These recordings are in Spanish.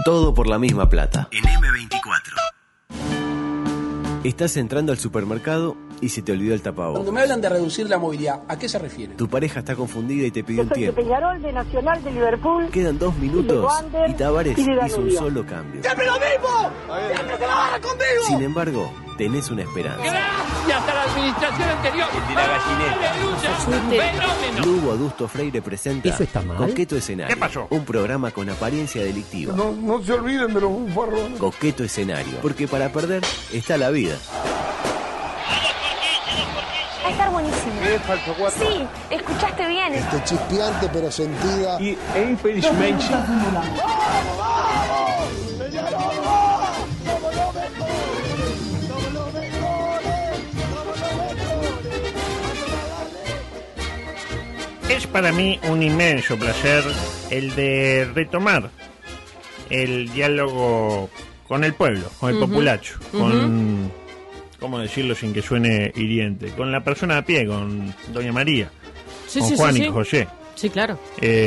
Todo por la misma plata. En M24. Estás entrando al supermercado y se te olvidó el tapabocas. Cuando me hablan de reducir la movilidad, ¿a qué se refiere? Tu pareja está confundida y te pidió un tiempo. De Peñarol, de Nacional, de Liverpool. Quedan 2 minutos y Tavares hizo un solo cambio. ¡Siempre lo mismo! ¡Siempre se la barra conmigo! Sin embargo, tenés una esperanza. Gracias a la administración anterior. El de la gallineta. ¡Fenómeno! Lugo Adusto Freire presenta ¿Eso está mal? Coqueto Escenario. ¿Qué pasó? Un programa con apariencia delictiva. No se olviden de los bufarrones. Coqueto Escenario. Porque para perder está la vida. Va a estar buenísimo. Sí, escuchaste bien. Chispeante pero sentida. E infelizmente... Es para mí un inmenso placer el de retomar el diálogo con el pueblo, con el populacho, con, ¿cómo decirlo sin que suene hiriente? Con la persona a pie, con Doña María, con Juan y José. Sí, claro.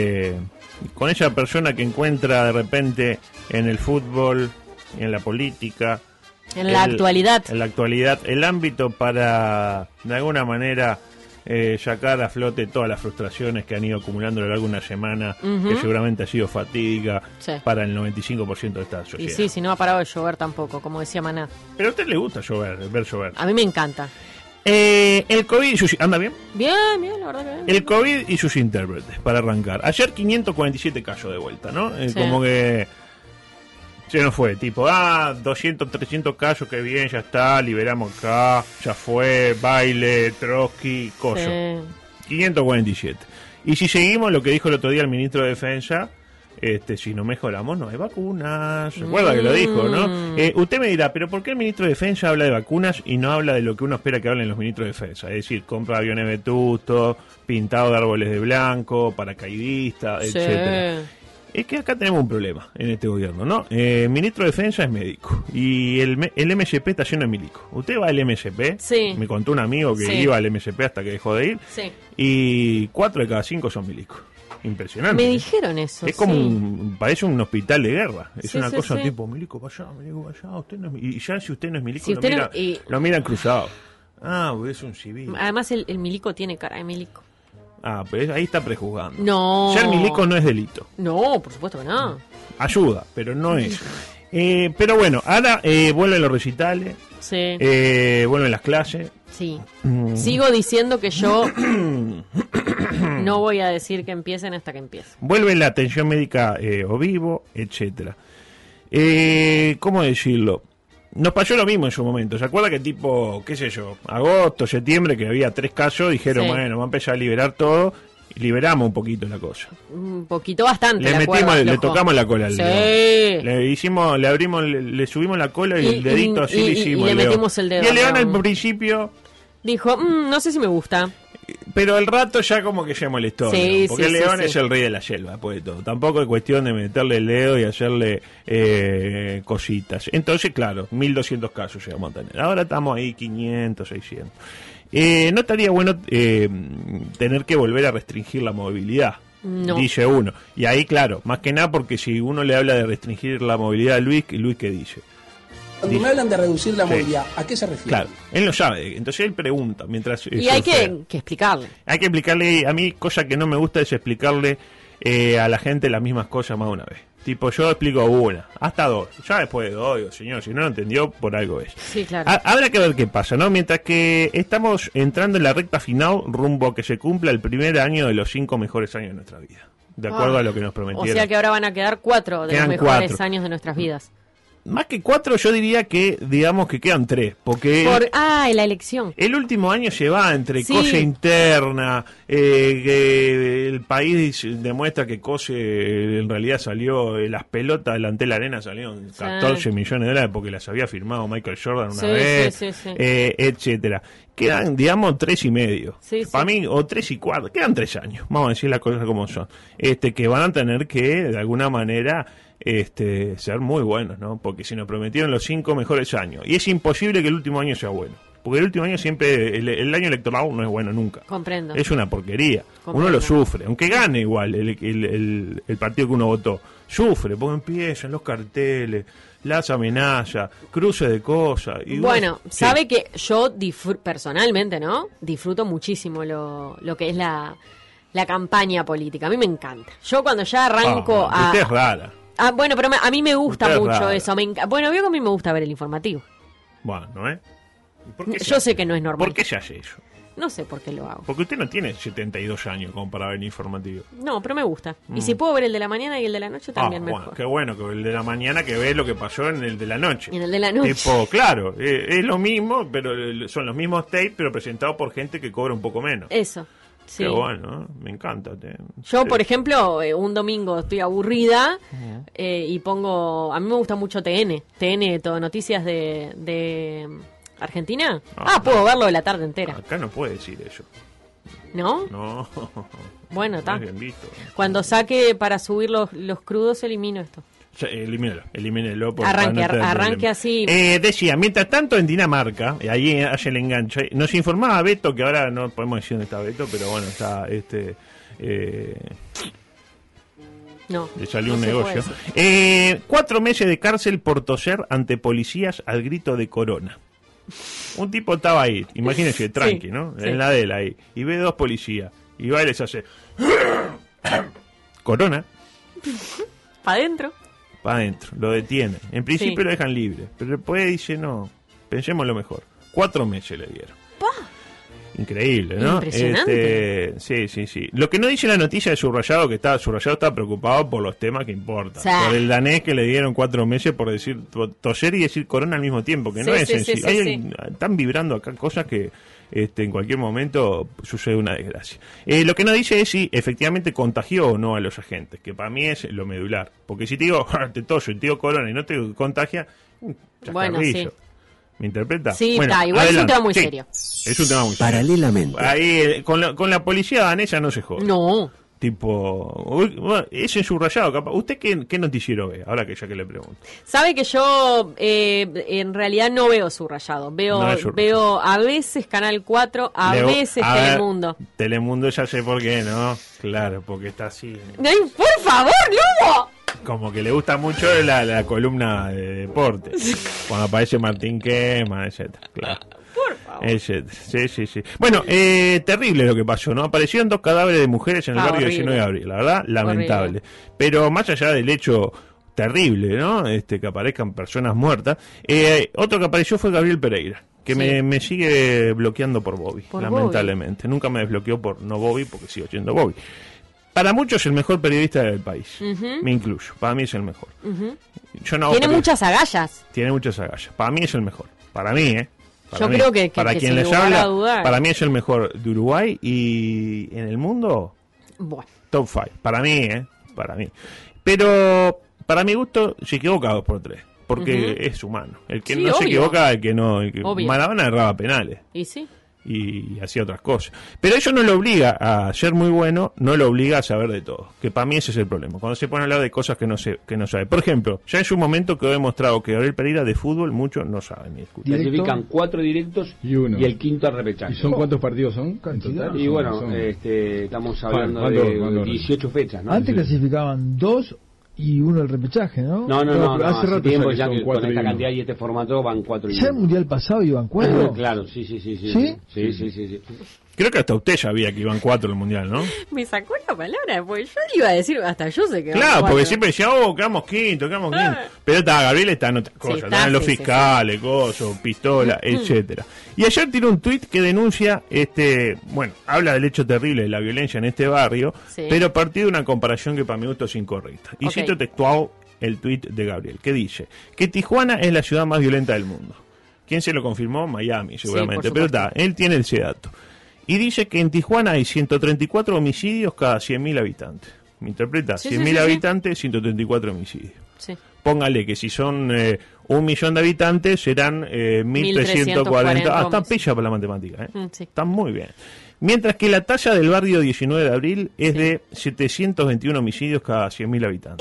Con esa persona que encuentra de repente en el fútbol, en la política, En la actualidad, el ámbito para, de alguna manera, sacar a flote todas las frustraciones que han ido acumulando a lo largo de una semana, que seguramente ha sido fatídica para el 95% de esta sociedad. Y sí, si no ha parado de llover tampoco, como decía Maná. Pero a usted le gusta ver llover. A mí me encanta. El COVID y sus... ¿Anda bien? Bien, la verdad que bien. El COVID y sus intérpretes, para arrancar. Ayer 547 casos de vuelta, ¿no? Como que... Se nos fue, tipo, 200, 300 casos, que bien, ya está, liberamos acá, ya fue, baile, Trotsky, coso. Sí. 547. Y si seguimos lo que dijo el otro día el ministro de Defensa, si no mejoramos no hay vacunas. Recuerda que lo dijo, ¿no? Usted me dirá, pero ¿por qué el ministro de Defensa habla de vacunas y no habla de lo que uno espera que hablen los ministros de Defensa? Es decir, compra aviones vetustos, pintado de árboles de blanco, paracaidistas, etcétera. Es que acá tenemos un problema en este gobierno, ¿no? El ministro de Defensa es médico y el MSP está lleno de milicos. ¿Usted va al MSP? Sí. Me contó un amigo que iba al MSP hasta que dejó de ir. Sí. Y 4 de cada 5 son milicos. Impresionante. Me dijeron eso. Es como parece un hospital de guerra. Es una cosa sí. tipo, milico para allá, milico para allá. Usted no es, y ya si usted no es milico, Si usted lo miran cruzado. Es un civil. Además, el milico tiene cara de milico. Pues ahí está prejuzgando. No. Ser milico no es delito. No, por supuesto que no. Ayuda, pero no es. Pero bueno, ahora vuelven los recitales. Sí. Vuelven las clases. Sí. Sigo diciendo que yo no voy a decir que empiecen hasta que empiecen. Vuelve la atención médica o vivo, etcétera. ¿Cómo decirlo? Nos pasó lo mismo en su momento. ¿Se acuerda que tipo, qué sé yo, agosto, septiembre, que había 3 casos, dijeron, bueno, va a empezar a liberar todo, y liberamos un poquito la cosa. Un poquito bastante. Le tocamos la cola al león. Sí. Le subimos la cola y el dedito así le hicimos. Y le metimos el dedo. Y el león al principio dijo, no sé si me gusta. Pero al rato ya como que se molestó, sí, ¿no? Porque el león es el rey de la selva, después de todo. Tampoco es cuestión de meterle el dedo y hacerle cositas. Entonces, claro, 1200 casos llegamos a tener. Ahora estamos ahí 500, 600. No estaría bueno tener que volver a restringir la movilidad, dice uno. Y ahí, claro, más que nada porque si uno le habla de restringir la movilidad a Luis, ¿qué dice? Cuando me hablan de reducir la movilidad, ¿a qué se refiere? Claro, él no sabe, entonces él pregunta mientras... Y hay que explicarle. Hay que explicarle, a mí cosa que no me gusta es explicarle a la gente las mismas cosas más de una vez. Tipo, yo explico una, hasta 2, ya después de 2, digo, señor, si no lo entendió, por algo es. Sí, claro. Habrá que ver qué pasa, ¿no? Mientras que estamos entrando en la recta final, rumbo a que se cumpla el primer año de los 5 mejores años de nuestra vida. De acuerdo a lo que nos prometieron. O sea que ahora van a quedar 4 de los mejores años de nuestras vidas. Más que 4, yo diría que, digamos que quedan 3, porque... la elección. El último año se va entre cosa interna, que el país demuestra que Cose en realidad salió, las pelotas delante de la arena salieron 14 millones de dólares porque las había firmado Michael Jordan una vez, etcétera. Quedan, digamos, 3 y medio. Para mí, o 3 y cuarto, quedan 3 años, vamos a decir las cosas como son. Que van a tener que, de alguna manera... ser muy buenos, ¿no? Porque si nos prometieron los 5 mejores años y es imposible que el último año sea bueno. Porque el último año siempre, el año electoral no es bueno nunca. Comprendo. Es una porquería. Comprendo. Uno lo sufre, aunque gane igual el partido que uno votó. Sufre, porque empiezan los carteles, las amenazas, cruces de cosas. Y bueno, sí. sabe que yo personalmente, ¿no? Disfruto muchísimo lo que es la campaña política. A mí me encanta. Yo cuando ya arranco Usted es rara. Bueno, pero a mí me gusta Usted es mucho rara. eso. Bueno, veo que a mí me gusta ver el informativo. Bueno, ¿eh? ¿Por qué se Yo hace sé que no es normal. ¿Por qué se hace eso? No sé por qué lo hago. Porque usted no tiene 72 años como para ver el informativo. No, pero me gusta. Y si puedo ver el de la mañana y el de la noche, también bueno, mejor. qué bueno que el de la mañana que ve lo que pasó en el de la noche. En el de la noche. Tipo, claro, es lo mismo, pero son los mismos tapes, pero presentados por gente que cobra un poco menos. Eso. Sí. Qué bueno, ¿eh? Me encanta. Yo, Sí. por ejemplo, un domingo estoy aburrida y pongo... A mí me gusta mucho TN, todo noticias de Argentina. Puedo verlo de la tarde entera. Acá no puede decir eso. ¿No? No. Bueno, No está. es bien visto. Cuando saque para subir los crudos, elimino esto. Elimínelo. Arranque así. Decía, mientras tanto en Dinamarca, ahí hace el enganche, nos informaba Beto, que ahora no podemos decir dónde está Beto, pero bueno, está No. le salió no un se negocio. puede 4 meses de cárcel por toser ante policías al grito de corona. Un tipo estaba ahí, imagínense, tranqui, ¿no? sí. En la de él ahí. Y ve 2 policías. Y va y les hace... corona. ¿Para adentro? Para adentro, lo detienen. En principio Sí. lo dejan libre, pero después dice, no, pensemos lo mejor. 4 meses le dieron. Increíble, ¿no? Impresionante. Sí. Lo que no dice la noticia de Subrayado, que Subrayado está preocupado por los temas que importan. Sí. Por el danés que le dieron 4 meses por decir toser y decir corona al mismo tiempo, que no Sí, es sí, sencillo. sí. Están vibrando acá cosas que en cualquier momento sucede una desgracia. Lo que no dice es si efectivamente contagió o no a los agentes, que para mí es lo medular. Porque si te digo, te toso y te digo corona y no te contagia, Bueno, chascarrillo. sí. ¿Me interpreta? Sí, Bueno, está. Igual adelante. es un tema muy Sí, serio. Es un tema muy serio. Paralelamente. Ahí, con la policía danesa no se jode. No. Tipo, bueno, es en Subrayado, capaz. ¿Usted qué noticiero ve? Ahora que ya que le pregunto. Sabe que yo en realidad no veo Subrayado. Veo, No es Subrayado. veo a veces Canal 4, a veces A ver, Telemundo. Telemundo ya sé por qué, ¿no? Claro, porque está así. ¡Ay, por favor, Lugo! Como que le gusta mucho la columna de deporte. Cuando aparece Martín Quema, etcétera. Claro. Por favor. Etcétera. Sí. Bueno, terrible lo que pasó, ¿no? Aparecieron 2 cadáveres de mujeres en el barrio horrible. 19 de abril. La verdad, lamentable. Pero más allá del hecho terrible, ¿no? Que aparezcan personas muertas. Otro que apareció fue Gabriel Pereira, que Sí. me sigue bloqueando por Bobby, Por lamentablemente. Nunca me desbloqueó por no Bobby, porque sigo siendo Bobby. Para muchos el mejor periodista del país. Me incluyo. Para mí es el mejor. Yo no hago Tiene periodismo. muchas agallas. Tiene muchas agallas. Para mí es el mejor. Para mí, Para Yo mí. creo que para quien sin les lugar habla, a dudar. para mí es el mejor de Uruguay y en el mundo Bueno. top 5. Para mí, para mí. Pero para mi gusto se equivoca 2x3, porque es humano. El que Sí, no se obvio. equivoca, el que no. Obvio. Maradona erraba penales ¿Y sí? y hacía otras cosas. Pero eso no lo obliga a ser muy bueno, no lo obliga a saber de todo. Que para mí ese es el problema. Cuando se pone a hablar de cosas que no sabe. Por ejemplo, ya en su momento quedó demostrado que Gabriel Pereira de fútbol mucho no sabe ni escucha. Clasifican 4 directos y uno. Y el quinto al repechaje. ¿Y son cuántos partidos son? En total? Y bueno, Son- estamos hablando ¿Cuándo? de 18 fechas, ¿no? Antes clasificaban 2 y 1 el repechaje, ¿no? No, hace rato tiempo ya ya que que son con 4 y esta 1. cantidad y este formato van 4 y ¿Ya el 1. mundial pasado iban 4? Claro, sí. ¿Sí? Sí. Creo que hasta usted ya sabía que iban 4 el mundial, ¿no? Me sacó la palabra, porque yo le iba a decir, hasta yo sé que van Claro, porque cuatro. siempre decía, quedamos quinto. Pero Gabriel está en otras cosas, está, están en los sí, fiscales, cosos, pistola, etcétera. Y ayer tiró un tuit que denuncia, habla del hecho terrible de la violencia en este barrio, Sí. pero a partir de una comparación que para mi gusto es incorrecta. Y Ok. cito textual el tuit de Gabriel, que dice que Tijuana es la ciudad más violenta del mundo. ¿Quién se lo confirmó? Miami, seguramente. por Pero supuesto. él tiene ese dato. Y dice que en Tijuana hay 134 homicidios cada 100.000 habitantes. ¿Me interpreta? Sí, 100.000 sí, sí. habitantes, 134 homicidios. Sí. Póngale que si son 1.000.000 de habitantes serán 1.340. Está hombres. pilla para la matemática. Sí. Está muy bien. Mientras que la talla del barrio 19 de abril es de 721 homicidios cada 100.000 habitantes.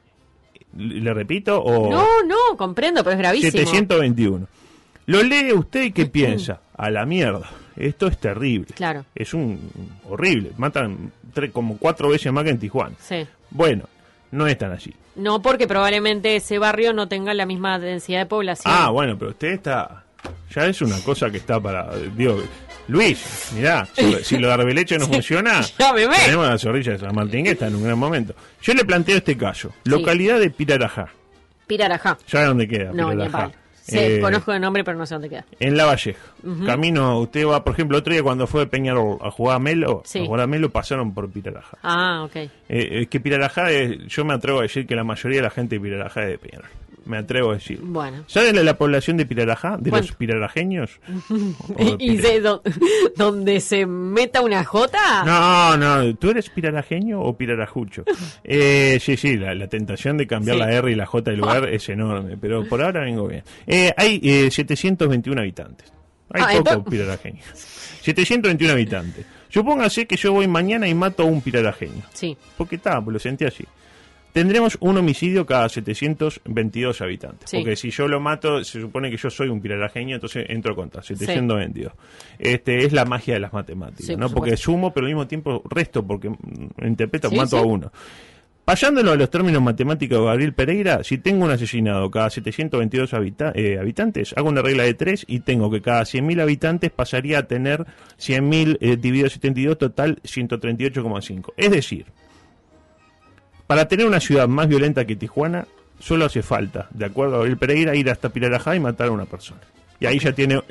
¿Le repito? O No, comprendo, pero es gravísimo. 721. Lo lee usted y ¿qué piensa? a la mierda. Esto es terrible. Claro. Es horrible. Matan como 4 veces más que en Tijuana. Sí. Bueno, no es tan así. No, porque probablemente ese barrio no tenga la misma densidad de población. Ah, bueno, pero usted está... Ya es una cosa que está para... Digo, Luis, mirá, si lo de Arbeleche no funciona, tenemos la zorrilla de San Martín, que está en un gran momento. Yo le planteo este caso. Localidad de Pirarajá. Pirarajá. ¿Sabe dónde queda? No, Pirarajá. Sí, conozco el nombre, pero no sé dónde queda. En La Valleja. Camino, usted va, por ejemplo, otro día cuando fue a Peñarol a jugar a Melo, pasaron por Pirarajá. Ah, ok. Es que Pirarajá, yo me atrevo a decir que la mayoría de la gente de Pirarajá es de Peñarol. Me atrevo a decir. Bueno. ¿Saben la población de Pirarajá? ¿De los pirarajeños? ¿Y donde se meta una J? No, ¿tú eres pirarajeño o pirarajucho? Sí, la tentación de cambiar la R y la J del lugar es enorme, pero por ahora vengo bien. Hay 721 habitantes. Hay pocos pirarajeños. 721 habitantes. Supóngase que yo voy mañana y mato a un pirarajeño. Sí. Porque lo sentí así. Tendremos un homicidio cada 722 habitantes. Sí. Porque si yo lo mato, se supone que yo soy un pirarajeño, entonces entro contra 722. Es la magia de las matemáticas, ¿no? Porque sumo, pero al mismo tiempo resto, porque interpreto, mato a uno. Pasándolo a los términos matemáticos de Gabriel Pereira, si tengo un asesinado cada 722 habitantes, hago una regla de 3 y tengo que cada 100.000 habitantes pasaría a tener 100.000 dividido 72, total 138,5. Es decir, para tener una ciudad más violenta que Tijuana, solo hace falta, de acuerdo a Gabriel Pereira, ir hasta Pirarajá y matar a una persona. Y ahí ya tiene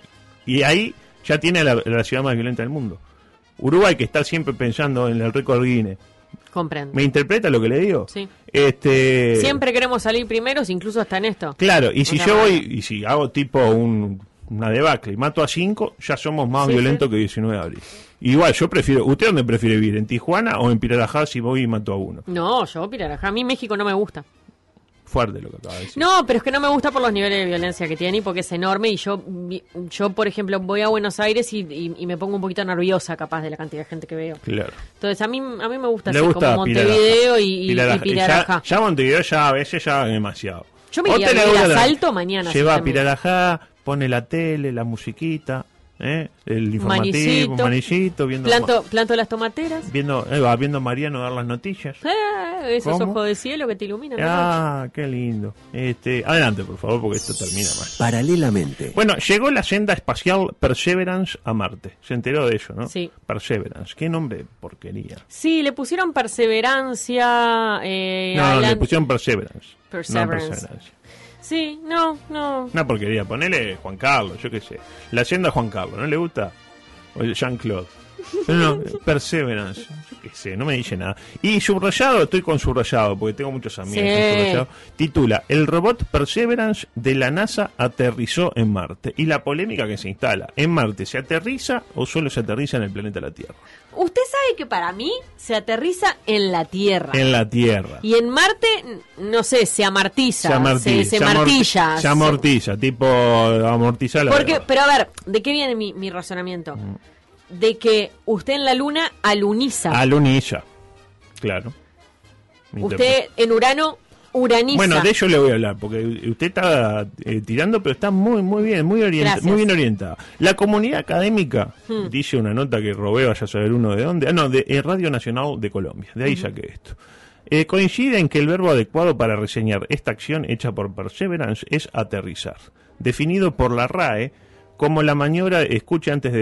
la ciudad más violenta del mundo. Uruguay, que está siempre pensando en el récord Guinness. Comprendo. ¿Me interpreta lo que le digo? Sí. Siempre queremos salir primeros, incluso hasta en esto. Claro, y si yo voy, y si hago tipo una debacle y mato a 5, ya somos más violentos que 19 de abril. Igual, yo prefiero... ¿Usted dónde prefiere vivir? ¿En Tijuana o en Pirarajá si voy y mato a uno? No, yo Pirarajá. A mí México no me gusta. Fuerte lo que acaba de decir. No, pero es que no me gusta por los niveles de violencia que tiene y porque es enorme y yo por ejemplo, voy a Buenos Aires y me pongo un poquito nerviosa capaz de la cantidad de gente que veo. Claro. Entonces a mí me gusta así como Montevideo y Pirarajá. Ya Montevideo ya a veces ya es demasiado. Yo me iría a vivir a Salto mañana. Lleva a Pirarajá, pone la tele, la musiquita, el informativo, manillito, viendo planto las tomateras, viendo a Mariano dar las noticias. Esos ojos de cielo que te iluminan. Qué lindo. Adelante, por favor, porque esto termina mal. Paralelamente. Bueno, llegó la senda espacial Perseverance a Marte. Se enteró de ello, ¿no? Sí. Perseverance. Qué nombre porquería. Sí, le pusieron perseverancia. Le pusieron Perseverance. Perseverance. No Perseverancia. Sí, no. Una porquería, ponele Juan Carlos, yo qué sé. La senda Juan Carlos, ¿no le gusta? O Jean-Claude. No, Perseverance, yo qué sé, no me dice nada. Y subrayado, estoy con subrayado, porque tengo muchos amigos. Sí. Titula: el robot Perseverance de la NASA aterrizó en Marte. Y la polémica que se instala: ¿en Marte se aterriza o solo se aterriza en el planeta la Tierra? Usted sabe que para mí se aterriza en la Tierra. En la Tierra. Y en Marte, no sé, se amartiza. Se martilla. Se amortiza, tipo amortizar la Porque, pero a ver, ¿de qué viene mi razonamiento? De que usted en la Luna aluniza. Aluniza, claro. Usted en Urano uraniza. Bueno, de ello le voy a hablar, porque usted está tirando, pero está muy bien, muy bien orientada. La comunidad académica, dice una nota que robé, vaya a saber uno de dónde, de Radio Nacional de Colombia, de ahí saqué esto. Coincide en que el verbo adecuado para reseñar esta acción hecha por Perseverance es aterrizar, definido por la RAE como la maniobra, escuche antes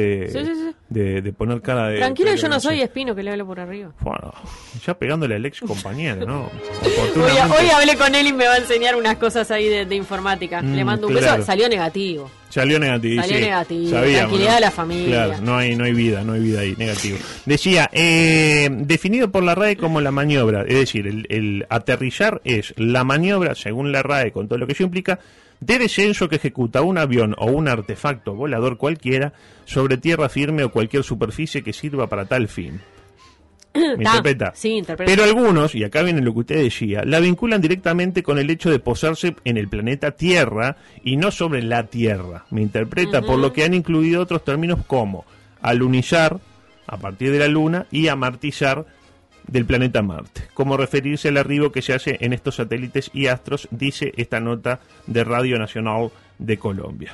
de poner cara de... Tranquilo, yo no soy Espino, que le hablo por arriba. Bueno, ya pegándole al ex compañero, ¿no? Hoy hablé con él y me va a enseñar unas cosas ahí de informática. Le mando un beso, salió negativo. Salió negativo. Sabíamos, tranquilidad de la familia. Claro, no hay vida ahí, negativo. Decía, definido por la RAE como la maniobra, es decir, el aterrizar es la maniobra, según la RAE, con todo lo que eso implica, de descenso que ejecuta un avión o un artefacto volador cualquiera sobre tierra firme o cualquier superficie que sirva para tal fin. ¿Me interpreta? Sí, interpreta. Pero algunos, y acá viene lo que usted decía, la vinculan directamente con el hecho de posarse en el planeta Tierra y no sobre la Tierra. ¿Me interpreta? Por lo que han incluido otros términos como alunizar, a partir de la Luna, y amartizar, del planeta Marte, como referirse al arribo que se hace en estos satélites y astros, dice esta nota de Radio Nacional de Colombia.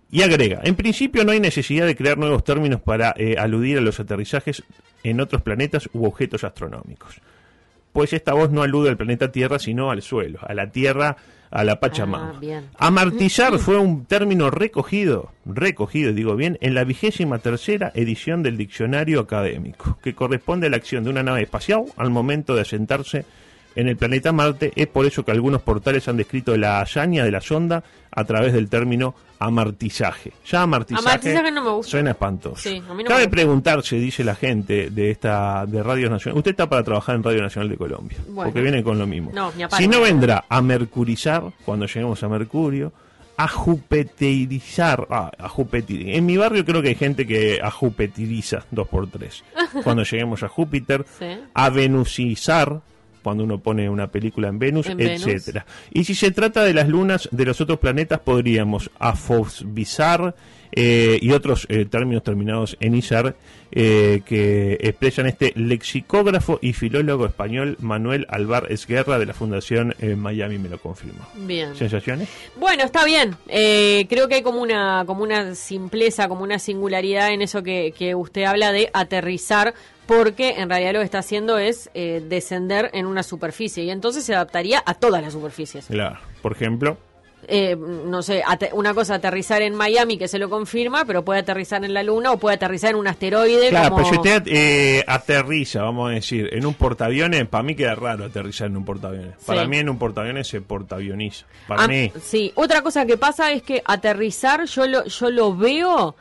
Y agrega, en principio no hay necesidad de crear nuevos términos para aludir a los aterrizajes en otros planetas u objetos astronómicos. Pues esta voz no alude al planeta Tierra, sino al suelo, a la Tierra, a la Pachamama. Amartillar fue un término recogido, digo bien, en la 23ª edición del diccionario académico, que corresponde a la acción de una nave espacial al momento de asentarse en el planeta Marte. Es por eso que algunos portales han descrito la hazaña de la sonda a través del término amartizaje. Ya amartizaje no me gusta. Suena espantoso. Sí, a mí no Cabe me preguntarse, dice la gente de Radio Nacional. Usted está para trabajar en Radio Nacional de Colombia, porque viene con lo mismo. No, si no vendrá a mercurizar cuando lleguemos a Mercurio, a jupiterizar. En mi barrio creo que hay gente que a jupitiriza 2x3 cuando lleguemos a Júpiter. Sí. A venusizar cuando uno pone una película en Venus, etcétera. Y si se trata de las lunas de los otros planetas, podríamos afosbizar y otros términos terminados en izar que expresan este lexicógrafo y filólogo español Manuel Alvar Esguerra de la Fundación Miami me lo confirmó. Bien. ¿Sensaciones? Bueno, está bien. Creo que hay como una simpleza, como una singularidad en eso que usted habla de aterrizar, porque en realidad lo que está haciendo es descender en una superficie y entonces se adaptaría a todas las superficies. Claro. Por ejemplo, no sé, una cosa aterrizar en Miami, que se lo confirma, pero puede aterrizar en la Luna o puede aterrizar en un asteroide. Claro, como... pero si usted aterriza, vamos a decir, en un portaaviones, para mí queda raro aterrizar en un portaaviones. Sí. Para mí en un portaaviones se portaavioniza. Para mí. Sí, otra cosa que pasa es que aterrizar yo lo veo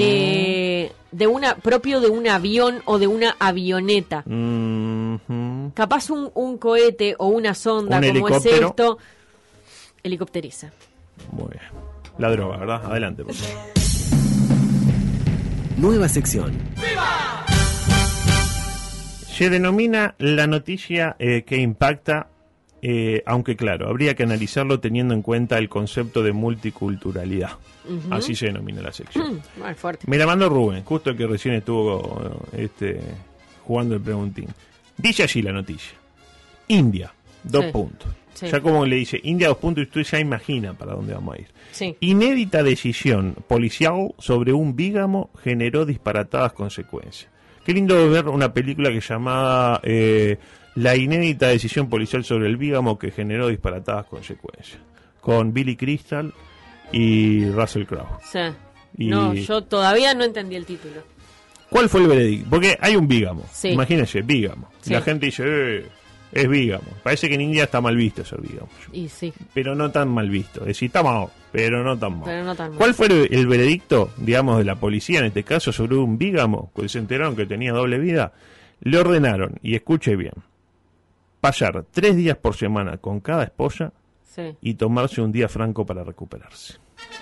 propio de un avión o de una avioneta. Capaz un cohete o una sonda, un como es helicóptero. esto, helicópteriza. Muy bien. La droga, ¿verdad? Adelante, por favor. Nueva sección. ¡Viva! Se denomina la noticia que impacta, aunque claro, habría que analizarlo teniendo en cuenta el concepto de multiculturalidad. Así se denomina la sección. Fuerte. Me la mandó Rubén, justo el que recién estuvo jugando el preguntín. Dice así la noticia. India, 2 puntos. Sí. Ya como le dice, India 2 puntos, y usted ya imagina para dónde vamos a ir. Sí. Inédita decisión policial sobre un bígamo generó disparatadas consecuencias. Qué lindo ver una película que llamaba La inédita decisión policial sobre el bígamo que generó disparatadas consecuencias. Con Billy Crystal y Russell Crowe. Sí. No, yo todavía no entendí el título. ¿Cuál fue el veredicto? Porque hay un bígamo. Sí. Imagínense, bígamo. Sí. La gente dice, es bígamo. Parece que en India está mal visto ser bígamo. Y sí. Pero no tan mal visto. Es decir, está mal, pero no tan mal. Pero no tan mal. ¿Cuál fue el veredicto, digamos, de la policía en este caso sobre un bígamo? Cuando se enteraron que tenía doble vida, le ordenaron, y escuche bien, pasar 3 días por semana con cada esposa y tomarse un día franco para recuperarse.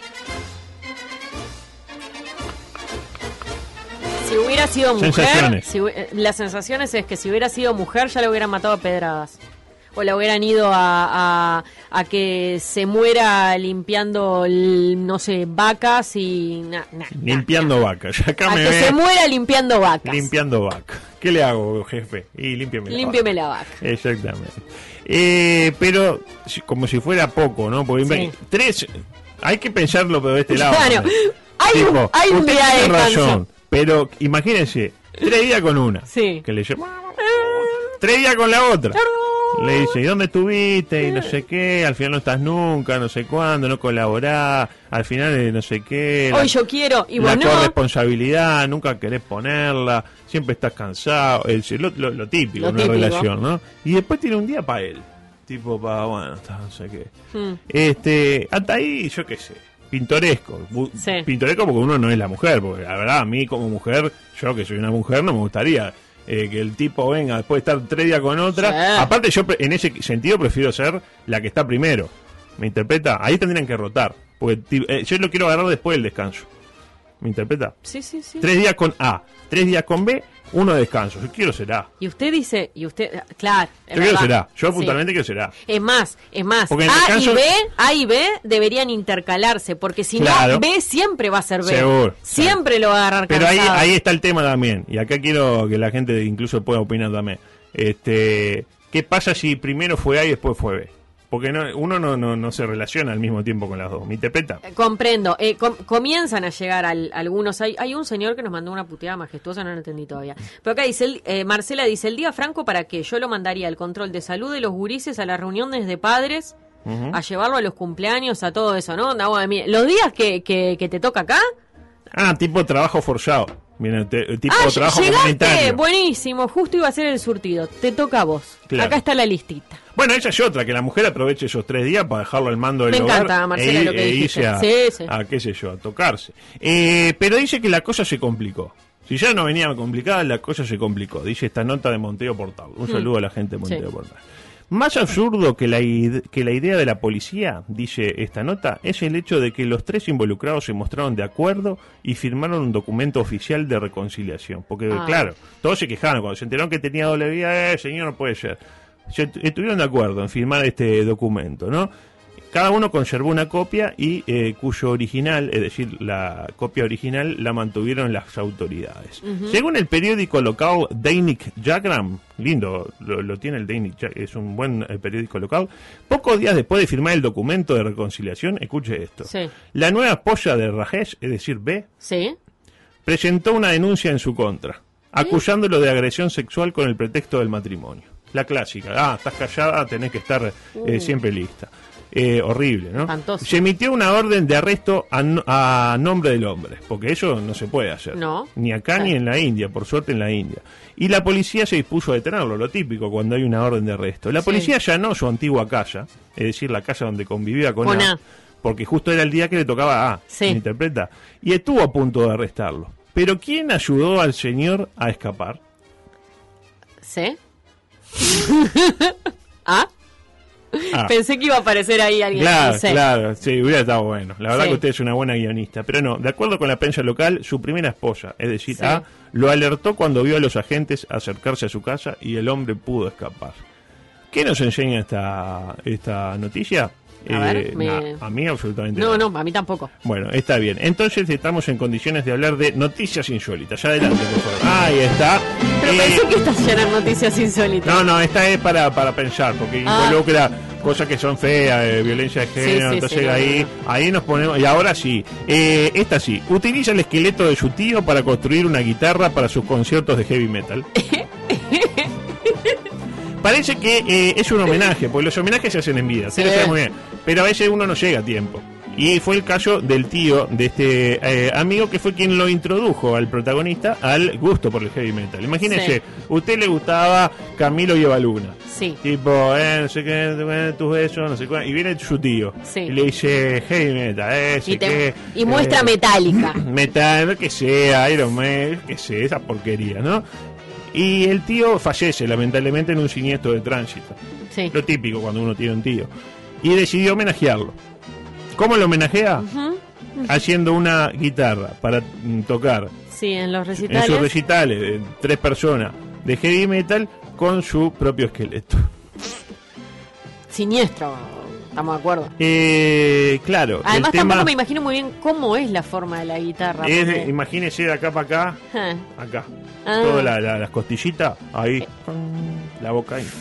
Si hubiera sido mujer, sensaciones. Las sensaciones es que si hubiera sido mujer ya la hubieran matado a pedradas. O la hubieran ido a que se muera limpiando, no sé, vacas y... Limpiando vacas. Acá que se muera limpiando vacas. Limpiando vacas. ¿Qué le hago, jefe? Y límpieme la vaca. Exactamente. Pero como si fuera poco, ¿no? Porque 3... Hay que pensarlo, pero de este lado. Claro. Hay un día de descanso. Pero imagínense, 3 días con una. Sí. Que le lleva 3 días con la otra. Le dice, ¿y dónde estuviste? Y no sé qué, al final no estás nunca, no sé cuándo, no colaborás, al final no sé qué. Hoy yo quiero, y la vos no. corresponsabilidad, nunca querés ponerla, siempre estás cansado, lo típico de una relación, ¿no? Y después tiene un día para él, tipo para, bueno, no sé qué. Hasta ahí, yo qué sé, pintoresco. Pintoresco porque uno no es la mujer, porque la verdad, a mí como mujer, yo que soy una mujer, no me gustaría... que el tipo venga después de estar 3 días con otra. Sí. Aparte yo en ese sentido prefiero ser la que está primero. ¿Me interpreta? Ahí tendrían que rotar. Porque yo lo quiero agarrar después del descanso. ¿Me interpreta? Sí. 3 días con A, 3 días con B, 1 de descanso. Yo quiero ser A. Y usted dice, claro. Yo quiero ser A. Yo puntualmente quiero ser A. Es más. Descanso... A y B deberían intercalarse, porque si no, B siempre va a ser B. Seguro. Siempre lo va a agarrar pero cansado. ahí está el tema también. Y acá quiero que la gente incluso pueda opinar también. ¿Qué pasa si primero fue A y después fue B? Porque uno no se relaciona al mismo tiempo con las dos. ¿Me interpreta? Comprendo. Comienzan a llegar algunos. Hay un señor que nos mandó una puteada majestuosa, no lo entendí todavía. Pero acá dice, Marcela dice, el día franco, ¿para qué? Yo lo mandaría al control de salud de los gurises, a las reuniones de padres, a llevarlo a los cumpleaños, a todo eso, ¿no? Los días que te toca acá... tipo trabajo forzado. Mira, tipo trabajo llegaste, comunitario. Buenísimo, justo iba a ser el surtido. Te toca a vos. Claro. Acá está la listita. Bueno, esa es otra, que la mujer aproveche esos 3 días para dejarlo al mando del hogar. Me encanta, Marcela, lo que dijiste. Irse a qué sé yo, a tocarse. Pero dice que la cosa se complicó. Si ya no venía complicada, la cosa se complicó. Dice esta nota de Monteo Portal. Un saludo a la gente de Monteo Portal. Más absurdo que la idea de la policía, dice esta nota, es el hecho de que los 3 involucrados se mostraron de acuerdo y firmaron un documento oficial de reconciliación. Porque, claro, todos se quejaron. Cuando se enteraron que tenía doble vida, señor, no puede ser. Estuvieron de acuerdo en firmar este documento, ¿no? Cada uno conservó una copia y cuyo original, es decir, la copia original, la mantuvieron las autoridades. Según el periódico local Dainik Jagram, lindo, lo tiene el Dainik Jagram, es un buen periódico local, pocos días después de firmar el documento de reconciliación, escuche esto, la nueva esposa de Rajesh, es decir, B, presentó una denuncia en su contra, acusándolo de agresión sexual con el pretexto del matrimonio. La clásica, estás callada, tenés que estar siempre lista. Horrible, ¿no? Espantoso. Se emitió una orden de arresto a nombre del hombre, porque eso no se puede hacer. No. Ni acá ni en la India, por suerte en la India. Y la policía se dispuso a detenerlo, lo típico cuando hay una orden de arresto. La policía allanó su antigua casa, es decir, la casa donde convivía con A, porque justo era el día que le tocaba a A, ¿me interpreta? Y estuvo a punto de arrestarlo. Pero ¿quién ayudó al señor a escapar? ¿Sí? Pensé que iba a aparecer ahí alguien. Claro, sí, hubiera estado bueno. La verdad que usted es una buena guionista. Pero no, de acuerdo con la prensa local, su primera esposa, es decir, A, lo alertó cuando vio a los agentes acercarse a su casa y el hombre pudo escapar. ¿Qué nos enseña esta noticia? A mí absolutamente no, a mí tampoco. Bueno, está bien. Entonces estamos en condiciones de hablar de noticias insólitas. Adelante, por favor. Ahí está. Pero pensé que estas ya eran noticias insólitas. No, esta es para pensar, porque involucra cosas que son feas, violencia de género, entonces ahí nos ponemos. Y ahora sí, esta sí. Utiliza el esqueleto de su tío para construir una guitarra para sus conciertos de heavy metal. Parece que es un homenaje, porque los homenajes se hacen en vida, se lo sabe muy bien, pero a veces uno no llega a tiempo. Y fue el caso del tío de este amigo, que fue quien lo introdujo al protagonista al gusto por el heavy metal. Imagínese, usted le gustaba Camilo y Eva Luna. Tipo, no sé qué, tus besos, no sé cuál. Y viene su tío. Y le dice heavy metal, y muestra Metallica. Metal, que sea, Iron Man, que sea, esa porquería, ¿no? Y el tío fallece, lamentablemente, en un siniestro de tránsito. Lo típico cuando uno tiene un tío. Y decidió homenajearlo. ¿Cómo lo homenajea? Haciendo una guitarra para tocar. En los recitales. En sus recitales, 3 personas de heavy metal con su propio esqueleto. Siniestro, estamos de acuerdo. Claro. Además, tampoco me imagino muy bien cómo es la forma de la guitarra. Imagínese de acá para acá. Acá. Todas las costillitas. Ahí. La boca ahí.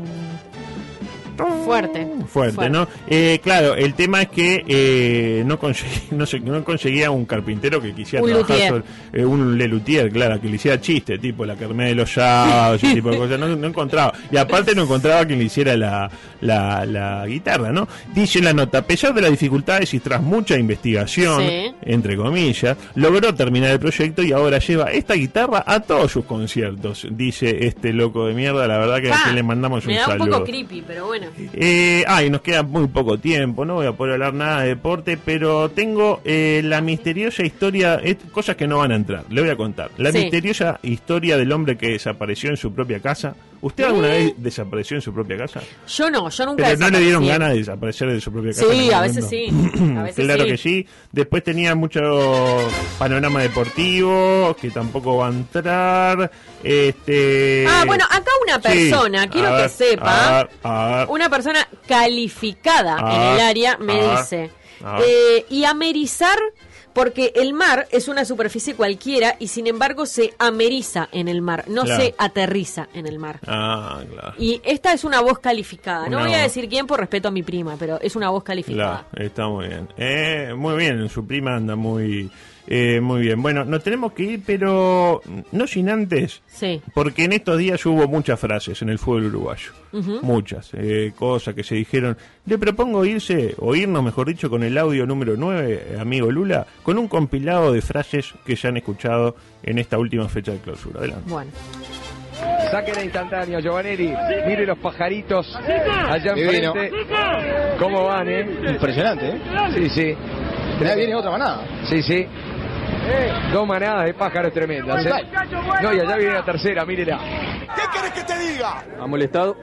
Fuerte, ¿no? Claro, el tema es que no conseguía un carpintero que quisiera trabajar un lelutier, claro, que le hiciera chiste, tipo la Kermés de los sábados, ese tipo de cosas, no encontraba. Y aparte no encontraba quien le hiciera la guitarra, ¿no? Dice la nota, a pesar de las dificultades y tras mucha investigación, entre comillas, logró terminar el proyecto y ahora lleva esta guitarra a todos sus conciertos, dice este loco de mierda. La verdad que le mandamos un saludo. Me da un poco creepy, pero bueno. Y nos queda muy poco tiempo, no voy a poder hablar nada de deporte, pero tengo la misteriosa historia, cosas que no van a entrar, le voy a contar. La misteriosa historia del hombre que desapareció en su propia casa. ¿Usted alguna vez desapareció en su propia casa? Yo nunca. Pero no le dieron ganas de desaparecer de su propia casa. Sí, a veces sí. Claro que sí. Después tenía mucho panorama deportivo, que tampoco va a entrar. Bueno, acá una persona, quiero que sepa, una persona calificada en el área me dice, y amerizar Porque el mar es una superficie cualquiera y sin embargo se ameriza en el mar, no Claro. se aterriza en el mar. Ah, claro. Y esta es una voz calificada. No Una voy a voz. decir quién por respeto a mi prima, pero es una voz calificada. Claro, está muy bien. Muy bien, su prima anda muy bien. Bueno, nos tenemos que ir, pero no sin antes, Sí. porque en estos días hubo muchas frases en el fútbol uruguayo. Ujú. Muchas cosas que se dijeron. Le propongo irnos, mejor dicho, con el audio número 9, amigo Lula, con un compilado de frases que ya han escuchado en esta última fecha de clausura. Adelante. Bueno. Saquen a instantáneo, Giovanelli. Mire los pajaritos allá enfrente. ¿Cómo van, Impresionante, ¿eh? Sí, sí. Ya viene otra manada. Sí, sí. 2 manadas de pájaros tremendas, No, y allá viene la tercera, mírela. ¿Qué querés que te diga? ¿Ha molestado?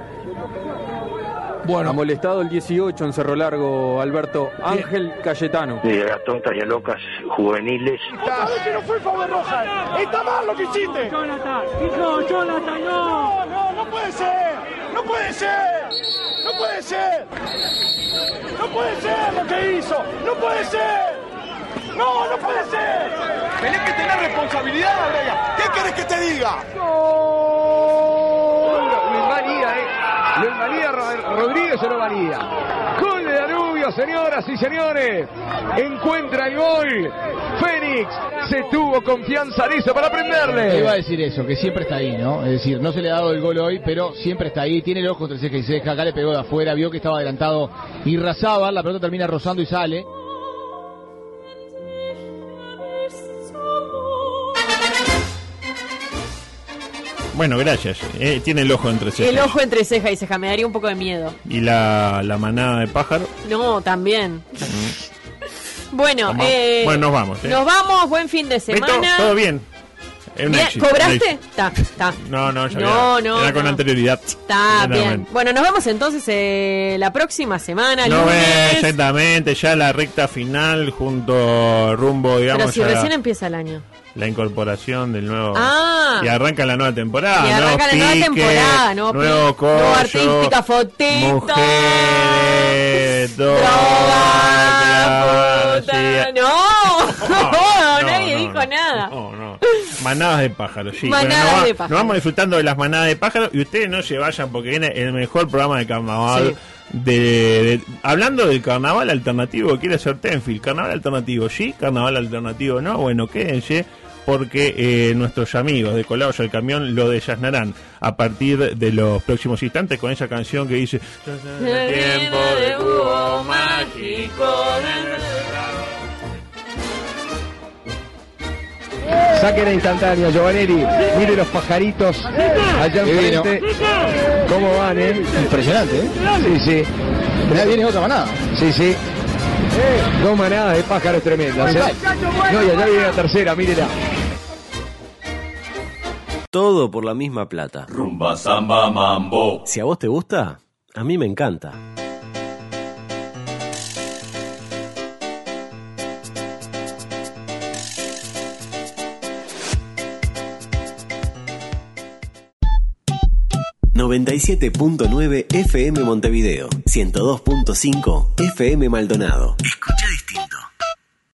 Bueno. Ha molestado el 18 en Cerro Largo, Alberto Ángel Cayetano. De las tontas y a locas juveniles. Otra vez que no fue favor roja. Está mal lo que hiciste. Jonathan, no puede ser. No puede ser. No puede ser. No puede ser lo que hizo. No puede ser. No puede ser. Tenés que tener responsabilidad, Brian. ¿Qué querés que te diga? Lo invalida Rodríguez o no valida. Gol de Danubio, señoras y señores. Encuentra el gol. Fénix se tuvo confianza en eso para prenderle. Iba a decir eso, que siempre está ahí, ¿no? Es decir, no se le ha dado el gol hoy, pero siempre está ahí. Tiene el ojo entre ceja y ceja. Acá le pegó de afuera, vio que estaba adelantado Irrazábal. La pelota termina rozando y sale. Bueno, gracias. Tiene el ojo entre cejas. El ojo entre ceja y ceja, me daría un poco de miedo. Y la manada de pájaro. No, también. Bueno, Bueno, nos vamos. Nos vamos, buen fin de Beto, semana. todo bien. Es un Bien, éxito, ¿cobraste? Está. No, ya No, era con no. anterioridad. Está bien. Bueno, nos vemos entonces la próxima semana, No, lunes. exactamente, ya la recta final junto rumbo, digamos, Pero si a recién empieza el año. la incorporación del nuevo... Ah. Y arranca la nueva temporada. Y arranca la nueva temporada, nuevo coso, nuevo artística, fotito. Mujeres, drogas, Puta, no, nadie dijo nada. No. Manadas de pájaros, sí. Manadas de pájaros. Nos vamos disfrutando de las manadas de pájaros y ustedes no se vayan porque viene el mejor programa de carnaval. Sí. Hablando del carnaval alternativo que quiere hacer Tenfield. Carnaval alternativo sí, carnaval alternativo no. Bueno, quédense porque nuestros amigos de Colados al Camión lo desasnarán a partir de los próximos instantes con esa canción que dice tiempo de búho mágico. Saquen a instantáneo, Giovanelli. Mire los pajaritos allá enfrente. ¿Cómo van, Impresionante, ¿eh? Sí, sí. Ya viene otra manada. Sí, sí. 2 manadas de pájaros tremendas, No, y allá viene la tercera, mírela. Todo por la misma plata. Rumba, samba, mambo. Si a vos te gusta, a mí me encanta. ...97.9 FM Montevideo... ...102.5 FM Maldonado. Escucha